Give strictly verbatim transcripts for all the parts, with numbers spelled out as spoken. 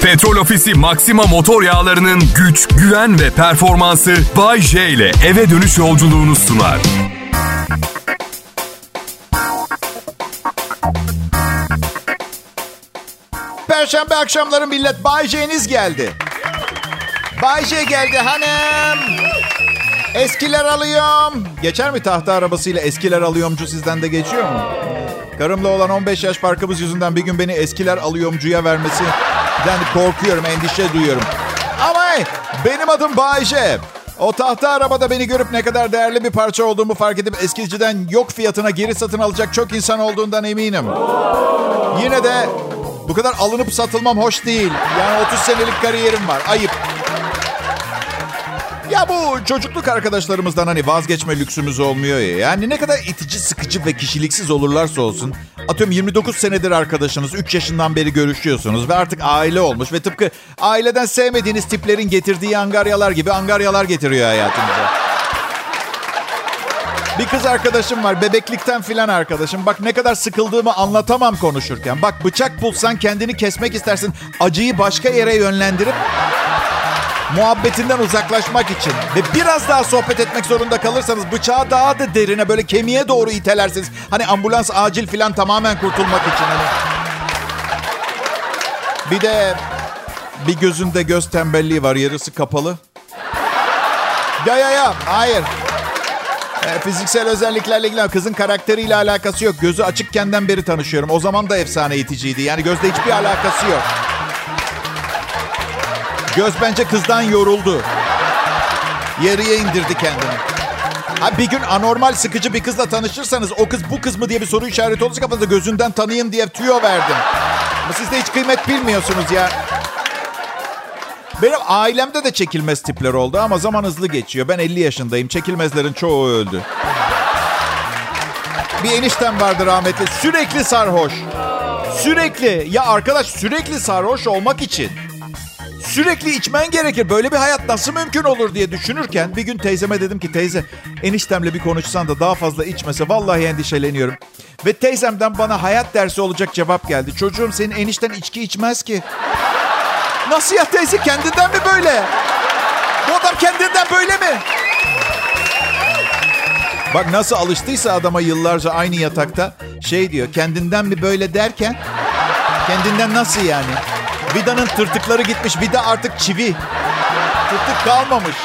Petrol Ofisi Maxima motor yağlarının güç, güven ve performansı Bay J ile eve dönüş yolculuğunu sunar. Perşembe akşamları millet, Bay J'niz geldi. Bay J geldi hanım. Eskiler alıyorum. Geçer mi tahta arabasıyla eskiler alıyorumcu, sizden de geçiyor mu? Karımla olan on beş yaş farkımız yüzünden bir gün beni eskiler alıyorumcuya vermesinden korkuyorum, endişe duyuyorum. Ama hey, benim adım Bay J. O tahta arabada beni görüp ne kadar değerli bir parça olduğumu fark edip eskiciden yok fiyatına geri satın alacak çok insan olduğundan eminim. Yine de bu kadar alınıp satılmam hoş değil. Yani otuz senelik kariyerim var. Ayıp. Ya bu çocukluk arkadaşlarımızdan hani vazgeçme lüksümüz olmuyor ya. Yani ne kadar itici, sıkıcı ve kişiliksiz olurlarsa olsun. Atıyorum yirmi dokuz senedir arkadaşınız, üç yaşından beri görüşüyorsunuz ve artık aile olmuş. Ve tıpkı aileden sevmediğiniz tiplerin getirdiği angaryalar gibi angaryalar getiriyor hayatınıza. Bir kız arkadaşım var, bebeklikten filan arkadaşım. Bak ne kadar sıkıldığımı anlatamam konuşurken. Bak bıçak bulsan kendini kesmek istersin. Acıyı başka yere yönlendirip muhabbetinden uzaklaşmak için. Ve biraz daha sohbet etmek zorunda kalırsanız bıçağı daha da derine, böyle kemiğe doğru itelersiniz. Hani ambulans, acil filan, tamamen kurtulmak için. Hani. Bir de bir gözünde göz tembelliği var, yarısı kapalı. Ya ya ya, hayır. E, fiziksel özelliklerle ilgili, kızın karakteriyle alakası yok. Gözü açıkkenden beri tanışıyorum. O zaman da efsane iticiydi. Yani gözle hiçbir alakası yok. Göz bence kızdan yoruldu. Yarıya indirdi kendini. Ha, bir gün anormal sıkıcı bir kızla tanışırsanız o kız bu kız mı diye bir soru işareti olursa kafanızda, gözünden tanıyın diye tüyo verdim. Ama siz de hiç kıymet bilmiyorsunuz ya. Benim ailemde de çekilmez tipler oldu ama zaman hızlı geçiyor. Ben elli yaşındayım. Çekilmezlerin çoğu öldü. Bir eniştem vardı rahmetli. Sürekli sarhoş. Sürekli. Ya arkadaş, sürekli sarhoş olmak için sürekli içmen gerekir. Böyle bir hayat nasıl mümkün olur diye düşünürken bir gün teyzeme dedim ki, teyze eniştemle bir konuşsan da daha fazla içmese, vallahi endişeleniyorum. Ve teyzemden bana hayat dersi olacak cevap geldi. Çocuğum, senin enişten içki içmez ki. Nasıl ya teyze, kendinden mi böyle? Bu adam kendinden böyle mi? Bak nasıl alıştıysa adama yıllarca aynı yatakta şey diyor, kendinden mi böyle derken, kendinden nasıl yani? Vidanın tırtıkları gitmiş, vida artık çivi. Tırtık kalmamış.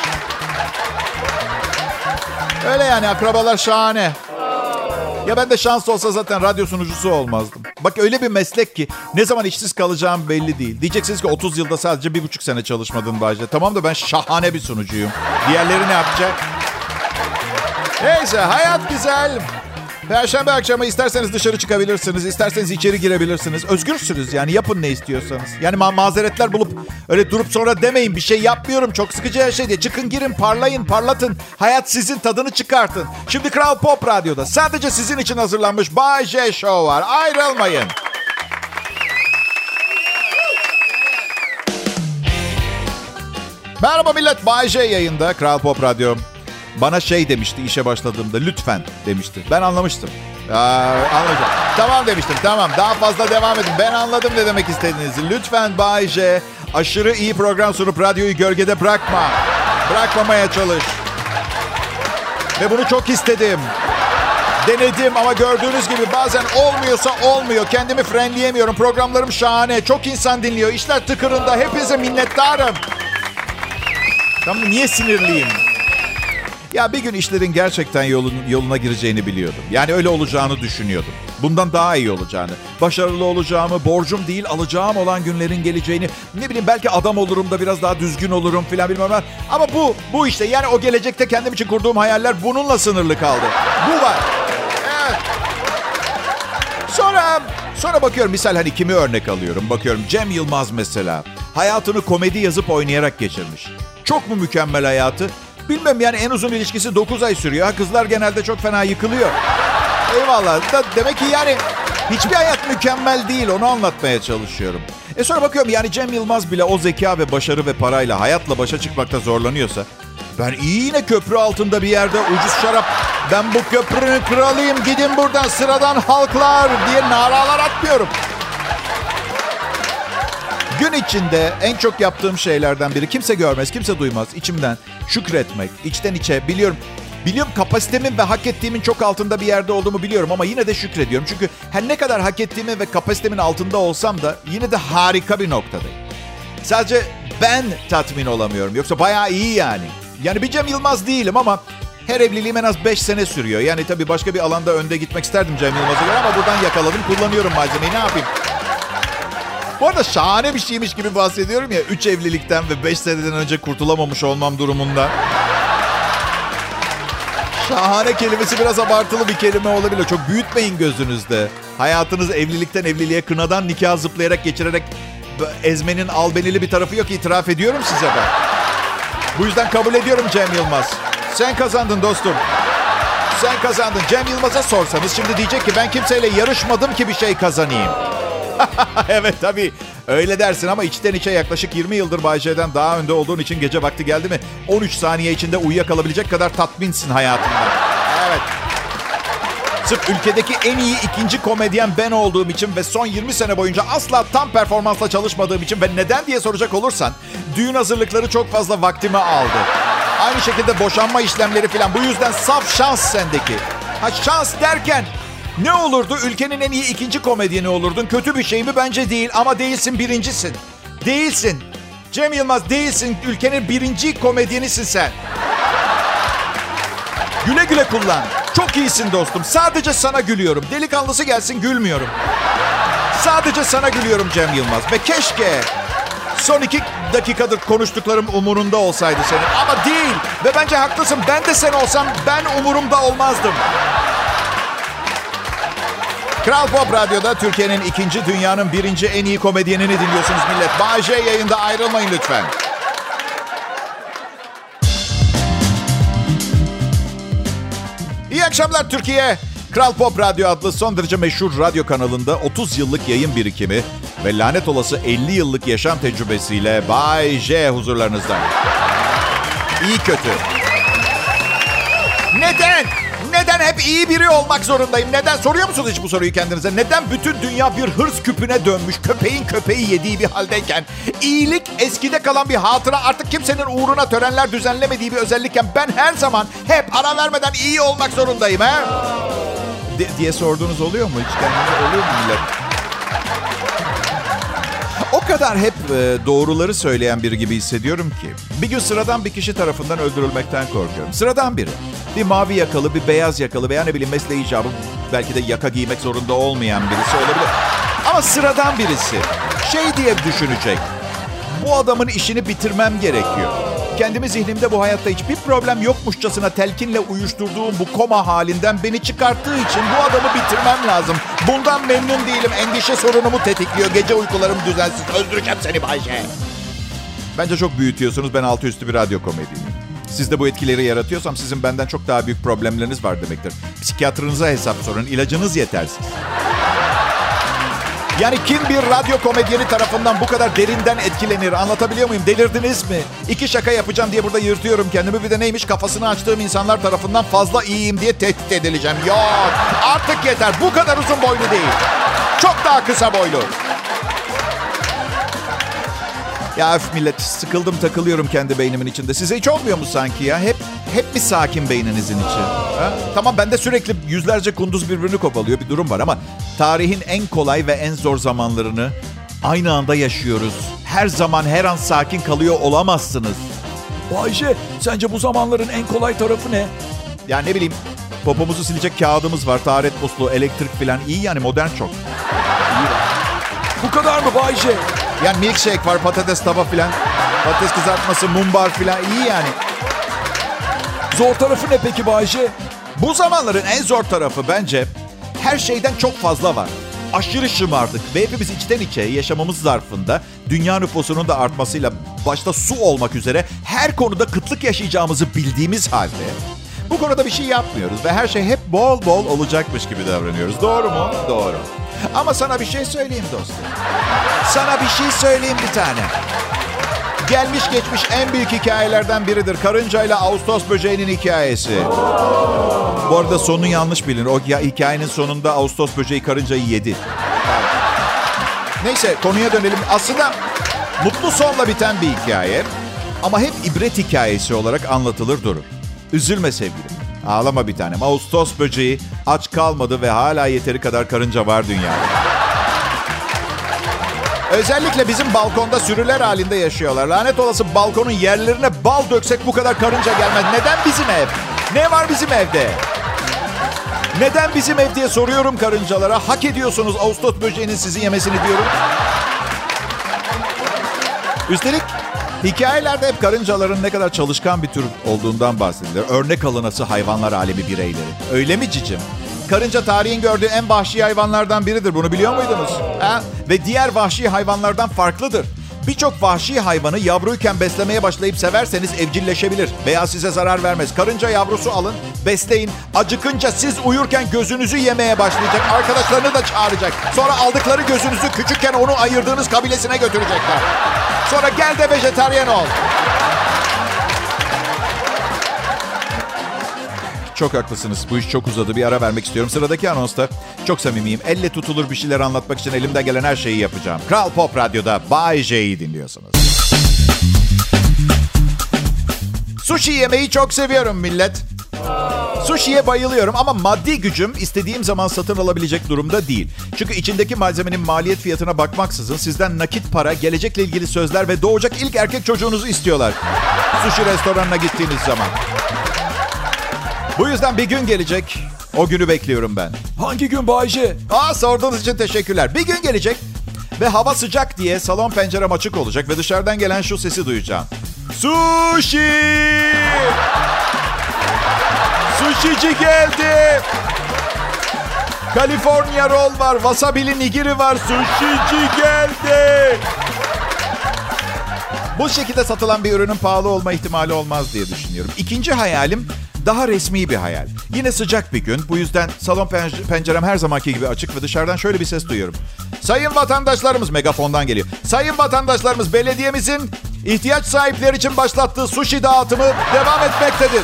Öyle yani, akrabalar şahane. Ya ben de şans olsa zaten radyo sunucusu olmazdım. Bak öyle bir meslek ki ne zaman işsiz kalacağım belli değil. Diyeceksiniz ki otuz yılda sadece bir buçuk sene çalışmadın Bayce. Tamam da ben şahane bir sunucuyum. Diğerleri ne yapacak? Neyse, hayat güzel. Perşembe akşamı isterseniz dışarı çıkabilirsiniz, isterseniz içeri girebilirsiniz. Özgürsünüz yani, yapın ne istiyorsanız. Yani ma- mazeretler bulup öyle durup sonra demeyin bir şey yapmıyorum, çok sıkıcı her şey diye. Çıkın, girin, parlayın, parlatın. Hayat sizin, tadını çıkartın. Şimdi Kral Pop Radyo'da sadece sizin için hazırlanmış Bay J Show var. Ayrılmayın. Merhaba millet, Bay J yayında, Kral Pop Radyo. Bana şey demişti işe başladığımda, lütfen demişti. Ben anlamıştım. Aa, anladım. Tamam demiştim, tamam. Daha fazla devam edin. Ben anladım ne demek istediğinizi. Lütfen Bay J, aşırı iyi program sunup radyoyu gölgede bırakma. Bırakmamaya çalış. Ve bunu çok istedim. Denedim ama gördüğünüz gibi bazen olmuyorsa olmuyor. Kendimi frenleyemiyorum. Programlarım şahane. Çok insan dinliyor. İşler tıkırında. Hepinize minnettarım. Tamam, niye sinirliyim? Ya bir gün işlerin gerçekten yolun, yoluna gireceğini biliyordum. Yani öyle olacağını düşünüyordum. Bundan daha iyi olacağını, başarılı olacağımı, borcum değil alacağım olan günlerin geleceğini, ne bileyim belki adam olurum da biraz daha düzgün olurum filan bilmem. Ama bu, bu işte yani o gelecekte kendim için kurduğum hayaller bununla sınırlı kaldı. Bu var. Evet. Sonra, sonra bakıyorum misal hani kimi örnek alıyorum. Bakıyorum Cem Yılmaz mesela. Hayatını komedi yazıp oynayarak geçirmiş. Çok mu mükemmel hayatı? Bilmem yani, en uzun ilişkisi dokuz ay sürüyor. Ha, kızlar genelde çok fena yıkılıyor. Eyvallah. Da demek ki yani hiçbir hayat mükemmel değil. Onu anlatmaya çalışıyorum. E sonra bakıyorum yani Cem Yılmaz bile o zeka ve başarı ve parayla hayatla başa çıkmakta zorlanıyorsa, ben iyi yine köprü altında bir yerde ucuz şarap, ben bu köprünün kralıyım, gidin buradan sıradan halklar diye naralar atmıyorum. Gün içinde en çok yaptığım şeylerden biri, kimse görmez, kimse duymaz, içimden şükretmek, içten içe. Biliyorum, biliyorum kapasitemin ve hak ettiğimin çok altında bir yerde olduğumu biliyorum ama yine de şükrediyorum. Çünkü her ne kadar hak ettiğimin ve kapasitemin altında olsam da yine de harika bir noktadayım. Sadece ben tatmin olamıyorum. Yoksa bayağı iyi yani. Yani bir Cem Yılmaz değilim ama her evliliğim en az beş sene sürüyor. Yani tabii başka bir alanda önde gitmek isterdim Cem Yılmaz'a göre ama buradan yakaladım, kullanıyorum malzemeyi, ne yapayım? Bu arada şahane bir şeymiş gibi bahsediyorum ya. Üç evlilikten ve beş seneden önce kurtulamamış olmam durumunda. Şahane kelimesi biraz abartılı bir kelime olabilir. Çok büyütmeyin gözünüzde. Hayatınız evlilikten evliliğe, kınadan nikaha zıplayarak geçirerek ezmenin albenili bir tarafı yok. İtiraf ediyorum size ben. Bu yüzden kabul ediyorum Cem Yılmaz. Sen kazandın dostum. Sen kazandın. Cem Yılmaz'a sorsanız şimdi diyecek ki ben kimseyle yarışmadım ki bir şey kazanayım. Evet tabii öyle dersin ama içten içe yaklaşık yirmi yıldır Bay J'den daha önde olduğun için gece vakti geldi mi on üç saniye içinde uyuyakalabilecek kadar tatminsin hayatında. Evet. Sırf ülkedeki en iyi ikinci komedyen ben olduğum için ve son yirmi sene boyunca asla tam performansla çalışmadığım için ve neden diye soracak olursan düğün hazırlıkları çok fazla vaktimi aldı. Aynı şekilde boşanma işlemleri falan. Bu yüzden saf şans sendeki. Ha şans derken ne olurdu? Ülkenin en iyi ikinci komedyeni olurdun. Kötü bir şey mi? Bence değil. Ama değilsin, birincisin. Değilsin. Cem Yılmaz değilsin. Ülkenin birinci komedyenisin sen. Güle güle kullan. Çok iyisin dostum. Sadece sana gülüyorum. Delikanlısı gelsin gülmüyorum. Sadece sana gülüyorum Cem Yılmaz. Ve keşke son iki dakikadır konuştuklarım umurunda olsaydı senin. Ama değil. Ve bence haklısın. Ben de sen olsam ben umurumda olmazdım. Kral Pop Radyo'da Türkiye'nin ikinci, dünyanın birinci en iyi komedyenini dinliyorsunuz millet. Bay J yayında, ayrılmayın lütfen. İyi akşamlar Türkiye. Kral Pop Radyo adlı son derece meşhur radyo kanalında otuz yıllık yayın birikimi ve lanet olası elli yıllık yaşam tecrübesiyle Bay J huzurlarınızda. İyi kötü. Neden? Neden hep iyi biri olmak zorundayım? Neden? Soruyor musunuz hiç bu soruyu kendinize? Neden bütün dünya bir hırs küpüne dönmüş, köpeğin köpeği yediği bir haldeyken, iyilik eskide kalan bir hatıra, artık kimsenin uğruna törenler düzenlemediği bir özellikken ben her zaman hep ara vermeden iyi olmak zorundayım he? De- diye sorduğunuz oluyor mu? Hiç kendinize oluyor mu millet? O kadar hep e, doğruları söyleyen biri gibi hissediyorum ki bir gün sıradan bir kişi tarafından öldürülmekten korkuyorum. Sıradan biri. Bir mavi yakalı, bir beyaz yakalı veya ne bileyim mesleği icabı belki de yaka giymek zorunda olmayan birisi olabilir. Ama sıradan birisi şey diye düşünecek. Bu adamın işini bitirmem gerekiyor. Kendimi zihnimde bu hayatta hiçbir problem yokmuşçasına telkinle uyuşturduğum bu koma halinden beni çıkarttığı için bu adamı bitirmem lazım. Bundan memnun değilim. Endişe sorunumu tetikliyor. Gece uykularım düzensiz. Öldüreceğim seni Bay J. Bence çok büyütüyorsunuz. Ben altı üstü bir radyo komedyeniyim. Siz de bu etkileri yaratıyorsam sizin benden çok daha büyük problemleriniz var demektir. Psikiyatrınıza hesap sorun. İlacınız yetersiz. Yani kim bir radyo komedyeni tarafından bu kadar derinden etkilenir? Anlatabiliyor muyum? Delirdiniz mi? İki şaka yapacağım diye burada yırtıyorum kendimi. Bir de neymiş? Kafasını açtığım insanlar tarafından fazla iyiyim diye tehdit edileceğim. Yok, artık yeter. Bu kadar uzun boylu değil. Çok daha kısa boylu. Ya öf millet, sıkıldım takılıyorum kendi beynimin içinde. Size hiç olmuyor mu sanki ya? Hep hep mi sakin beyninizin içi? Ha? Tamam, bende sürekli yüzlerce kunduz birbirini kopalıyor bir durum var ama tarihin en kolay ve en zor zamanlarını aynı anda yaşıyoruz. Her zaman her an sakin kalıyor olamazsınız. Bayce, sence bu zamanların en kolay tarafı ne? Ya ne bileyim, popomuzu silecek kağıdımız var, taharet musluğu, elektrik falan iyi yani, modern çok. İyi. Bu kadar mı Bayce? Yani milkshake var, patates tava filan. Patates kızartması, mumbar filan. İyi yani. Zor tarafı ne peki Bayce? Bu zamanların en zor tarafı bence her şeyden çok fazla var. Aşırı şımardık ve hepimiz içten içe yaşamamız zarfında dünya nüfusunun da artmasıyla başta su olmak üzere her konuda kıtlık yaşayacağımızı bildiğimiz halde bu konuda bir şey yapmıyoruz ve her şey hep bol bol olacakmış gibi davranıyoruz. Doğru mu? Doğru. Ama sana bir şey söyleyeyim dostum. Sana bir şey söyleyeyim bir tane. Gelmiş geçmiş en büyük hikayelerden biridir. Karıncayla Ağustos böceğinin hikayesi. Bu arada sonunu yanlış bilin. O hikayenin sonunda Ağustos böceği karıncayı yedi. Neyse, konuya dönelim. Aslında Mutlu sonla biten bir hikaye ama hep ibret hikayesi olarak anlatılır durur. Üzülme sevgilim. Ağlama bir tanem. Ağustos böceği aç kalmadı ve hala yeteri kadar karınca var dünyada. Özellikle bizim balkonda sürüler halinde yaşıyorlar. Lanet olası balkonun yerlerine bal döksek bu kadar karınca gelmez. Neden bizim ev? Ne var bizim evde? Neden bizim ev diye soruyorum karıncalara. Hak ediyorsunuz Ağustos böceğinin sizi yemesini diyorum. Üstelik hikayelerde hep karıncaların ne kadar çalışkan bir tür olduğundan bahsedilir. Örnek alınası hayvanlar alemi bireyleri. Öyle mi cicim? Karınca tarihin gördüğü en vahşi hayvanlardan biridir. Bunu biliyor muydunuz? Ha? Ve diğer vahşi hayvanlardan farklıdır. Birçok vahşi hayvanı yavruyken beslemeye başlayıp severseniz evcilleşebilir veya size zarar vermez. Karınca yavrusu alın, besleyin. Acıkınca siz uyurken gözünüzü yemeye başlayacak. Arkadaşlarını da çağıracak. Sonra aldıkları gözünüzü küçükken onu ayırdığınız kabilesine götürecekler. Sonra gel de vejetaryen ol. Çok haklısınız. Bu iş çok uzadı. Bir ara vermek istiyorum. Sıradaki anonsta çok samimiyim. Elle tutulur bir şeyler anlatmak için elimden gelen her şeyi yapacağım. Kral Pop Radyo'da Bay J'yi dinliyorsunuz. Sushi yemeyi çok seviyorum millet. Sushi'ye bayılıyorum ama maddi gücüm istediğim zaman satın alabilecek durumda değil. Çünkü içindeki malzemenin maliyet fiyatına bakmaksızın sizden nakit para, gelecekle ilgili sözler ve doğacak ilk erkek çocuğunuzu istiyorlar. Sushi restoranına gittiğiniz zaman. Bu yüzden bir gün gelecek. O günü bekliyorum ben. Hangi gün Bayce? Aa, sorduğunuz için teşekkürler. Bir gün gelecek ve hava sıcak diye salon pencerem açık olacak ve dışarıdan gelen şu sesi duyacağım. Sushi! Sushici geldi. California roll var, wasabili nigiri var. Sushici geldi. Bu şekilde satılan bir ürünün pahalı olma ihtimali olmaz diye düşünüyorum. İkinci hayalim daha resmi bir hayal. Yine sıcak bir gün. Bu yüzden salon pencerem her zamanki gibi açık ve dışarıdan şöyle bir ses duyuyorum. Sayın vatandaşlarımız, megafondan geliyor. Sayın vatandaşlarımız, belediyemizin ihtiyaç sahipleri için başlattığı sushi dağıtımı devam etmektedir.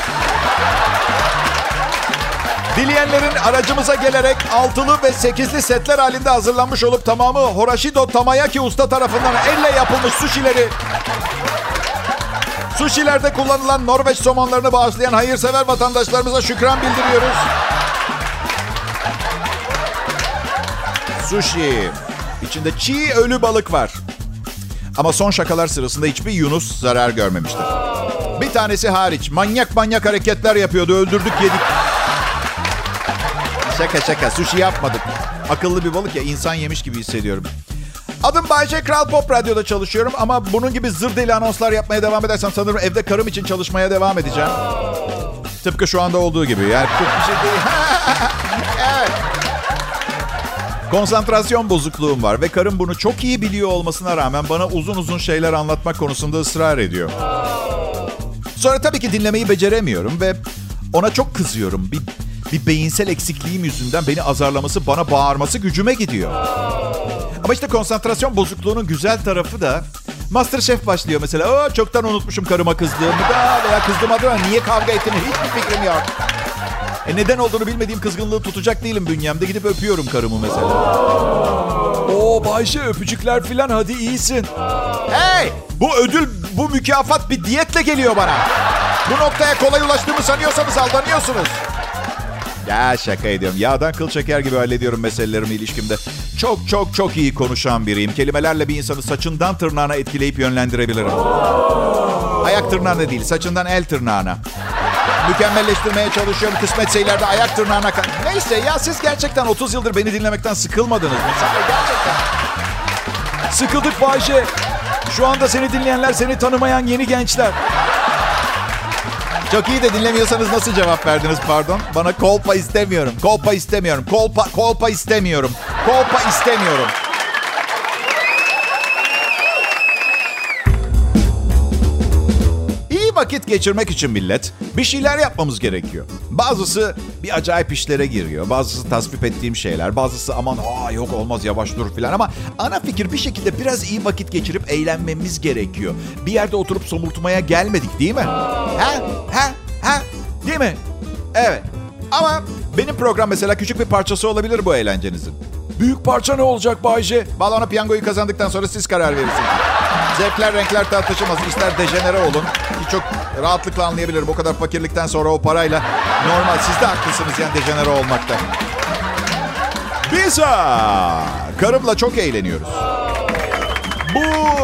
Dileyenlerin aracımıza gelerek altılı ve sekizli setler halinde hazırlanmış olup tamamı Horashido Tamayaki usta tarafından elle yapılmış sushileri, sushilerde kullanılan Norveç somonlarını bağışlayan hayırsever vatandaşlarımıza şükran bildiriyoruz. Sushi. İçinde çiğ ölü balık var. Ama son şakalar sırasında hiçbir Yunus zarar görmemiştir. Bir tanesi hariç manyak manyak hareketler yapıyordu. Öldürdük, yedik. Şaka şaka. Sushi yapmadık. Akıllı bir balık ya, insan yemiş gibi hissediyorum. Adım Bayce, Kral Pop Radyo'da çalışıyorum ama bunun gibi zır deli anonslar yapmaya devam edersem sanırım evde karım için çalışmaya devam edeceğim. Tıpkı şu anda olduğu gibi. Yani çok bir şey değil. Evet. Konsantrasyon bozukluğum var ve karım bunu çok iyi biliyor olmasına rağmen bana uzun uzun şeyler anlatmak konusunda ısrar ediyor. Sonra tabii ki dinlemeyi beceremiyorum ve ona çok kızıyorum. Bir, bir beyinsel eksikliğim yüzünden beni azarlaması, bana bağırması gücüme gidiyor. Ama işte konsantrasyon bozukluğunun güzel tarafı da MasterChef başlıyor mesela. Oo, çoktan unutmuşum karıma kızdığımı da veya kızdığım adına niye kavga ettiğini hiçbir fikrim yok. E neden olduğunu bilmediğim kızgınlığı tutacak değilim bünyemde. Gidip öpüyorum karımı mesela. Oo Bayşe, öpücükler filan, hadi iyisin. Hey! Bu ödül, bu mükafat bir diyetle geliyor bana. Bu noktaya kolay ulaştığımı sanıyorsanız aldanıyorsunuz. Ya şaka ediyorum. Yağdan kıl çeker gibi hallediyorum meselelerimi ilişkimde. Çok çok çok iyi konuşan biriyim. Kelimelerle bir insanı saçından tırnağına etkileyip yönlendirebilirim. Ayak tırnağına değil, saçından el tırnağına. Mükemmelleştirmeye çalışıyorum. Kısmetse ileride ayak tırnağına... Neyse ya, siz gerçekten otuz yıldır beni dinlemekten sıkılmadınız mı? Gerçekten. Sıkıldık Bayşe. Şu anda seni dinleyenler, seni tanımayan yeni gençler. Çok iyi de dinlemiyorsanız nasıl cevap verdiniz pardon? Bana kolpa istemiyorum. Kolpa istemiyorum. Kolpa, kolpa istemiyorum. Kolpa istemiyorum. İyi vakit geçirmek için millet bir şeyler yapmamız gerekiyor. Bazısı bir acayip işlere giriyor. Bazısı tasvip ettiğim şeyler. Bazısı aman aa yok olmaz yavaş dur filan. Ama ana fikir bir şekilde biraz iyi vakit geçirip eğlenmemiz gerekiyor. Bir yerde oturup somurtmaya gelmedik değil mi? Ha? Ha? Ha? Değil mi? Evet. Ama benim program mesela küçük bir parçası olabilir bu eğlencenizin. Büyük parça ne olacak Bayce? Balona piyangoyu kazandıktan sonra siz karar verirsiniz. Zevkler, renkler tartışılmaz. İster dejenere olun. Ki çok rahatlıkla anlayabilirim. O kadar fakirlikten sonra o parayla normal. Siz de haklısınız yani dejenere olmakta. Biz ha, karımla çok eğleniyoruz. Bu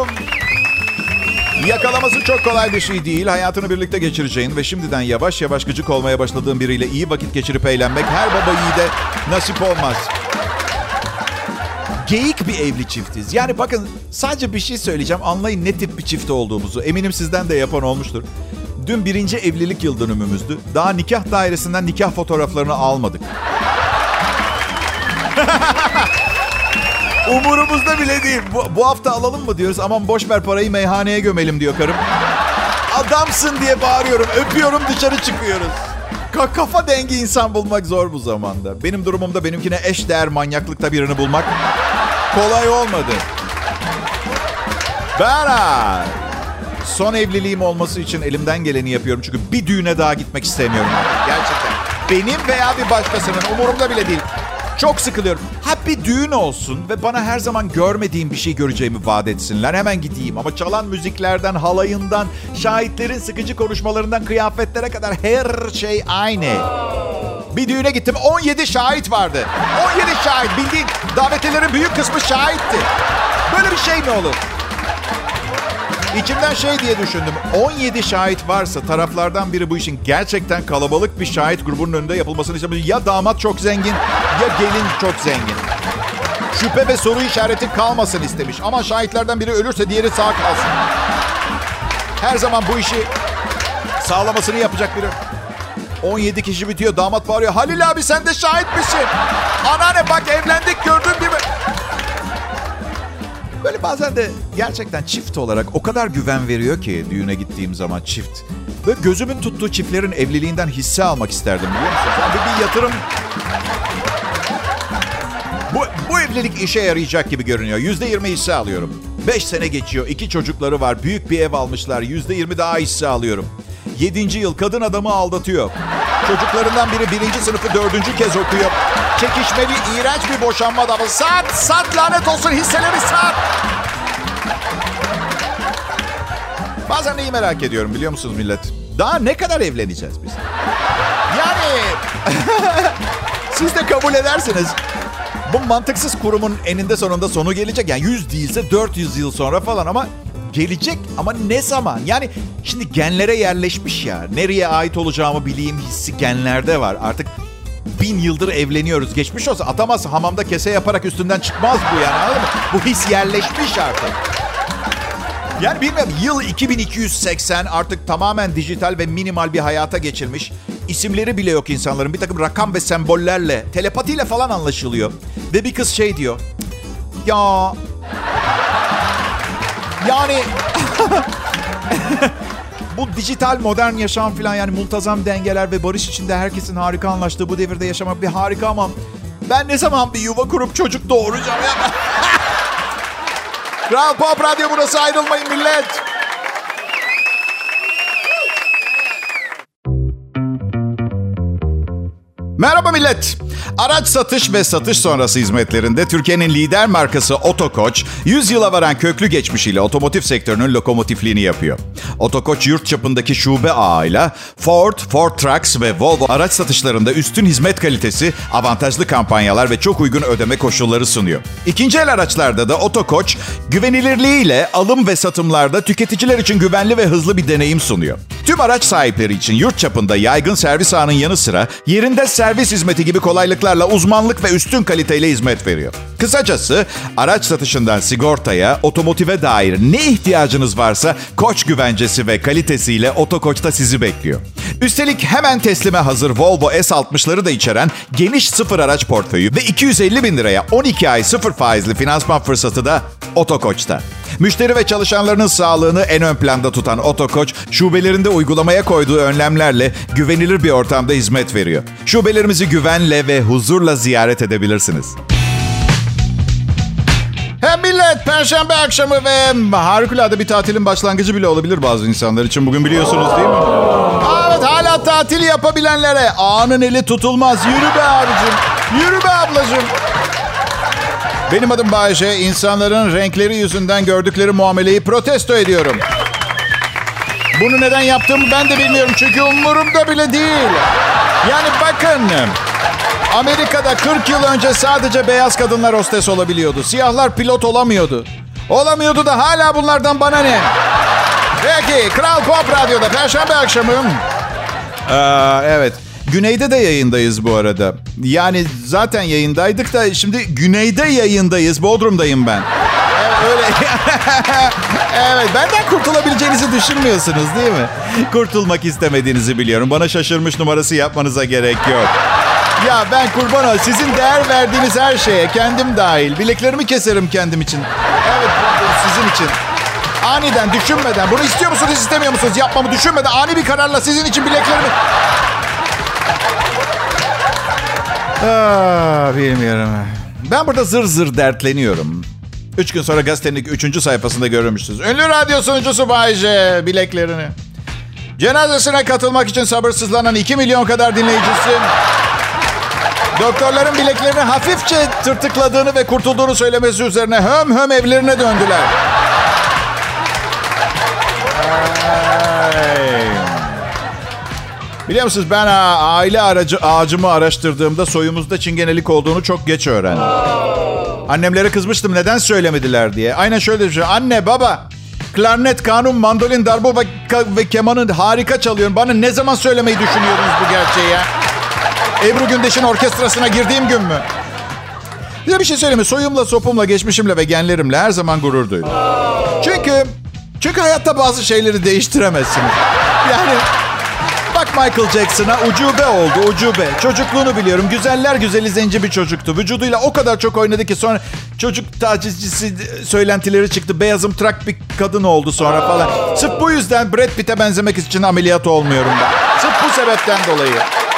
yakalaması çok kolay bir şey değil. Hayatını birlikte geçireceğin ve şimdiden yavaş yavaş gıcık olmaya başladığın biriyle iyi vakit geçirip eğlenmek her baba yiğide nasip olmaz. Geyik bir evli çiftiz. Yani bakın sadece bir şey söyleyeceğim. Anlayın ne tip bir çift olduğumuzu. Eminim sizden de yapan olmuştur. Dün birinci evlilik yıl dönümümüzdü. Daha nikah dairesinden nikah fotoğraflarını almadık. Umurumuzda bile değil. Bu, bu hafta alalım mı diyoruz. Aman boş ver parayı meyhaneye gömelim diyor karım. Adamsın diye bağırıyorum. Öpüyorum dışarı çıkıyoruz. Ka- kafa dengi insan bulmak zor bu zamanda. Benim durumumda benimkine eş değer manyaklıkta birini bulmak kolay olmadı. Ben son evliliğim olması için elimden geleni yapıyorum. Çünkü bir düğüne daha gitmek istemiyorum. Gerçekten. Benim veya bir başkasının umurumda bile değil. Çok sıkılıyorum. Ha bir düğün olsun ve bana her zaman görmediğim bir şey göreceğimi vaat etsinler. Hemen gideyim. Ama çalan müziklerden, halayından, şahitlerin sıkıcı konuşmalarından, kıyafetlere kadar her şey aynı. Bir düğüne gittim. on yedi şahit vardı. on yedi şahit. Bildiğin davetlilerin büyük kısmı şahitti. Böyle bir şey mi olur? İçimden şey diye düşündüm. on yedi şahit varsa taraflardan biri bu işin gerçekten kalabalık bir şahit grubunun önünde yapılmasını istemiş. Ya damat çok zengin ya gelin çok zengin. Şüphe ve soru işareti kalmasın istemiş. Ama şahitlerden biri ölürse diğeri sağ kalsın. Her zaman bu işi sağlamasını yapacak biri. on yedi kişi bitiyor. Damat bağırıyor. Halil abi sen de şahit misin? Anneanne bak evlendik gördüğün gibi. Böyle bazen de gerçekten çift olarak o kadar güven veriyor ki düğüne gittiğim zaman çift. Böyle gözümün tuttuğu çiftlerin evliliğinden hisse almak isterdim biliyor musunuz? Yani bir yatırım. Bu, bu evlilik işe yarayacak gibi görünüyor. yüzde yirmi hisse alıyorum. beş sene geçiyor. iki çocukları var. Büyük bir ev almışlar. yüzde yirmi daha hisse alıyorum. yedinci yıl kadın adamı aldatıyor. Çocuklarından biri birinci sınıfı dördüncü kez okuyor. Çekişmeli, iğrenç bir boşanma adamı. Sat, sat lanet olsun hisseleri sat. Bazen neyi merak ediyorum biliyor musunuz millet? Daha ne kadar evleneceğiz biz? Yani siz de kabul edersiniz. Bu mantıksız kurumun eninde sonunda sonu gelecek. Yani yüz değilse dört yüz yıl sonra falan ama gelecek ama ne zaman? Yani şimdi genlere yerleşmiş ya. Nereye ait olacağımı bileyim hissi genlerde var. Artık bin yıldır evleniyoruz. Geçmiş olsa atamaz hamamda kese yaparak üstünden çıkmaz bu yani anladın mı? Bu his yerleşmiş artık. Yani bilmiyorum yıl iki bin iki yüz seksen artık tamamen dijital ve minimal bir hayata geçilmiş. İsimleri bile yok insanların. Bir takım rakam ve sembollerle, telepatiyle falan anlaşılıyor. Ve bir kız şey diyor. Ya... Yani... Bu dijital modern yaşam falan yani muntazam dengeler ve barış içinde herkesin harika anlaştığı bu devirde yaşamak bir harika ama ben ne zaman bir yuva kurup çocuk doğuracağım ya? Kral Pop Radyo burası, ayrılmayın millet. Merhaba millet. Araç satış ve satış sonrası hizmetlerinde Türkiye'nin lider markası Otokoç, yüz yıla varan köklü geçmişiyle otomotiv sektörünün lokomotifliğini yapıyor. Otokoç yurt çapındaki şube ağıyla Ford, Ford Trucks ve Volvo araç satışlarında üstün hizmet kalitesi, avantajlı kampanyalar ve çok uygun ödeme koşulları sunuyor. İkinci el araçlarda da Otokoç, güvenilirliğiyle alım ve satımlarda tüketiciler için güvenli ve hızlı bir deneyim sunuyor. Tüm araç sahipleri için yurt çapında yaygın servis ağının yanı sıra yerinde servis hizmeti gibi kolaylıklarla uzmanlık ve üstün kaliteyle hizmet veriyor. Kısacası araç satışından sigortaya, otomotive dair ne ihtiyacınız varsa Koç güvencesi ve kalitesiyle Otokoç'ta sizi bekliyor. Üstelik hemen teslime hazır Volvo S altmışları da içeren geniş sıfır araç portföyü ve iki yüz elli bin liraya on iki ay sıfır faizli finansman fırsatı da Otokoç'ta. Müşteri ve çalışanlarının sağlığını en ön planda tutan Otokoç, şubelerinde uygulamaya koyduğu önlemlerle güvenilir bir ortamda hizmet veriyor. Şubelerimizi güvenle ve huzurla ziyaret edebilirsiniz. Hem millet, Perşembe akşamı ve harikulade bir tatilin başlangıcı bile olabilir bazı insanlar için. Bugün biliyorsunuz değil mi? Evet, hala tatil yapabilenlere ağanın eli tutulmaz. Yürü be abicim, yürü be ablacığım. Benim adım Bay J. İnsanların renkleri yüzünden gördükleri muameleyi protesto ediyorum. Bunu neden yaptığımı ben de bilmiyorum. Çünkü umurumda bile değil. Yani bakın. Amerika'da kırk yıl önce sadece beyaz kadınlar hostes olabiliyordu. Siyahlar pilot olamıyordu. Olamıyordu da hala bunlardan bana ne? Peki, Kral Pop Radyo'da Perşembe akşamı. Ee, evet. Güneyde de yayındayız bu arada. Yani zaten yayındaydık da şimdi güneyde yayındayız. Bodrum'dayım ben. Evet, öyle. Evet, benden kurtulabileceğinizi düşünmüyorsunuz değil mi? Kurtulmak istemediğinizi biliyorum. Bana şaşırmış numarası yapmanıza gerek yok. Ya ben kurban ol. Sizin değer verdiğiniz her şeye, kendim dahil. Bileklerimi keserim kendim için. Evet, sizin için. Aniden, düşünmeden. Bunu istiyor musunuz, istemiyor musunuz? Yapmamı düşünmeden ani bir kararla sizin için bileklerimi... Aa, bilmiyorum. Ben burada zır zır dertleniyorum. Üç gün sonra gazetenin üçüncü sayfasında görmüşsünüz. Ünlü radyo sunucusu Bay J bileklerini. Cenazesine katılmak için sabırsızlanan iki milyon kadar dinleyicisi... Doktorların bileklerini hafifçe tırtıkladığını ve kurtulduğunu söylemesi üzerine höm höm evlerine döndüler. Ay. Biliyor musunuz ben aile aracı, ağacımı araştırdığımda soyumuzda çingenelik olduğunu çok geç öğrendim. Annemlere kızmıştım neden söylemediler diye. Aynen şöyle bir şey. Anne, baba, klarnet, kanun, mandolin, darbuka ve kemanı harika çalıyorum. Bana ne zaman söylemeyi düşünüyordunuz bu gerçeği ya? Ebru Gündeş'in orkestrasına girdiğim gün mü? Size bir şey söyleyeyim mi? Soyumla, sopumla, geçmişimle ve genlerimle her zaman gurur duydum. Çünkü, çünkü hayatta bazı şeyleri değiştiremezsiniz. Yani bak Michael Jackson'a ucube oldu, ucube. Çocukluğunu biliyorum. Güzeller güzeli zenci bir çocuktu. Vücuduyla o kadar çok oynadı ki sonra çocuk tacizcisi söylentileri çıktı. Beyazım trak bir kadın oldu sonra falan. Sırf bu yüzden Brad Pitt'e benzemek için ameliyat olmuyorum ben. Sırf bu sebepten dolayı.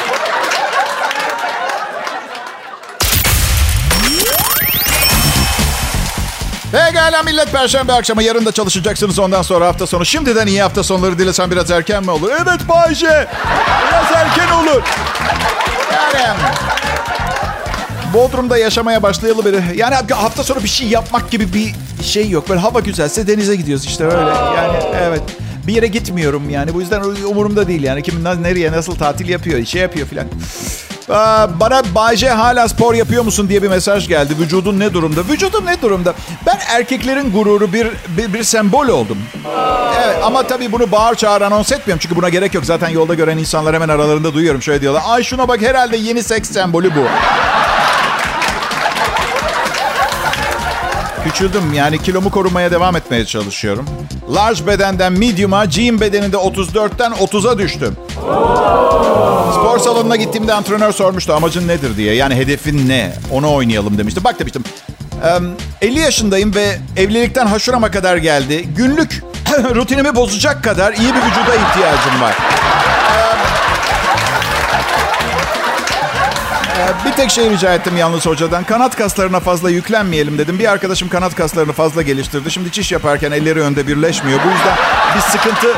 Pekala millet, Perşembe akşamı, yarın da çalışacaksınız, ondan sonra hafta sonu. Şimdiden iyi hafta sonları dilesem biraz erken mi olur? Evet Bay J, biraz erken olur. Yani Bodrum'da yaşamaya başlayalı beri. Yani hafta sonu bir şey yapmak gibi bir şey yok. Böyle hava güzelse denize gidiyoruz işte öyle. Yani evet, bir yere gitmiyorum yani. Bu yüzden umurumda değil yani. Kim nereye nasıl tatil yapıyor, şey yapıyor filan. Bana Bay J hala spor yapıyor musun diye bir mesaj geldi. Vücudun ne durumda? Vücudum ne durumda? Ben erkeklerin gururu bir, bir, bir sembol oldum. Evet, ama tabii bunu bağır çağır anons etmiyorum. Çünkü buna gerek yok. Zaten yolda gören insanlar hemen aralarında duyuyorum. Şöyle diyorlar. Ay şuna bak, herhalde yeni seks sembolü bu. Küçüldüm yani, kilomu korumaya devam etmeye çalışıyorum. Large bedenden medium'a, jean bedeninde otuz dörtten otuza düştüm. Spor salonuna gittiğimde antrenör sormuştu amacın nedir diye. Yani hedefin ne? Onu oynayalım demişti. Bak demiştim. elli yaşındayım ve evlilikten haşurama kadar geldi. Günlük rutinimi bozacak kadar iyi bir vücuda ihtiyacım var. Bir tek şey rica ettim yalnız hocadan. Kanat kaslarına fazla yüklenmeyelim dedim. Bir arkadaşım kanat kaslarını fazla geliştirdi. Şimdi çiş yaparken elleri önde birleşmiyor. Bu yüzden bir sıkıntı...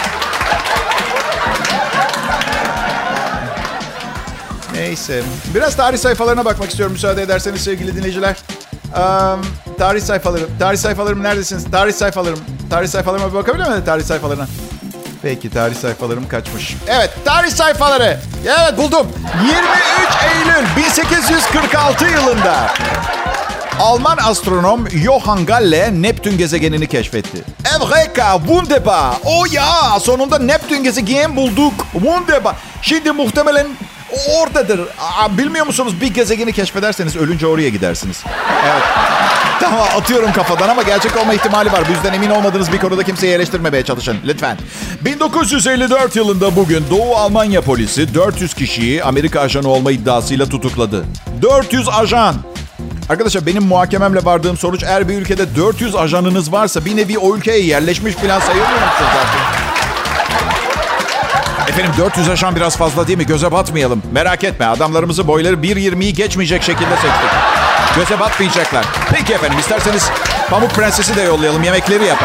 Neyse. Biraz tarih sayfalarına bakmak istiyorum müsaade ederseniz sevgili dinleyiciler. Um, tarih sayfalarım. Tarih sayfalarım neredesiniz? Tarih sayfalarım. Tarih sayfalarıma bir bakabilir miyim? Tarih sayfalarına. Peki, tarih sayfalarım kaçmış? Evet, tarih sayfaları. Evet, buldum. yirmi üç Eylül bin sekiz yüz kırk altı yılında Alman astronom Johann Galle Neptün gezegenini keşfetti. Eureka, wunderbar. Oh ya, sonunda Neptün gezegeni bulduk. Wunderbar. Şimdi muhtemelen oradadır. Aa, bilmiyor musunuz, bir gezegeni keşfederseniz ölünce oraya gidersiniz. Evet. Tamam, atıyorum kafadan ama gerçek olma ihtimali var. Bu yüzden emin olmadığınız bir konuda kimseyi eleştirmemeye çalışın. Lütfen. bin dokuz yüz elli dört yılında bugün Doğu Almanya polisi dört yüz kişiyi Amerika ajanı olma iddiasıyla tutukladı. dört yüz ajan. Arkadaşlar, benim muhakememle vardığım sonuç, eğer bir ülkede dört yüz ajanınız varsa bir nevi o ülkeye yerleşmiş falan sayılmıyor musunuz zaten? Efendim, dört yüz ajan biraz fazla değil mi? Göze batmayalım. Merak etme, adamlarımızı boyları bir yirmiyi geçmeyecek şekilde seçtik. Göze batmayacaklar. Peki efendim, isterseniz Pamuk Prenses'i de yollayalım, yemekleri yapar.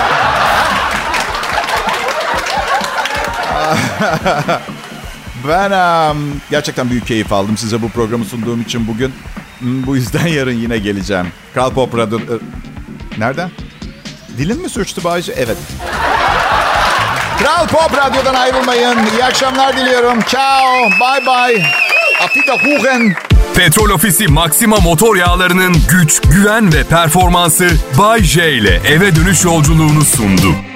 Ben um, gerçekten büyük keyif aldım size bu programı sunduğum için bugün. Bu yüzden yarın yine geleceğim. Kral Pop Radyo... Nereden? Dilin mi sürçtü Bayce? Evet. Kral Pop Radyo'dan ayrılmayın. İyi akşamlar diliyorum. Ciao. Bye bye. Auf Wiedersehen. Petrol Ofisi Maxima motor yağlarının güç, güven ve performansı Bay J ile eve dönüş yolculuğunu sundu.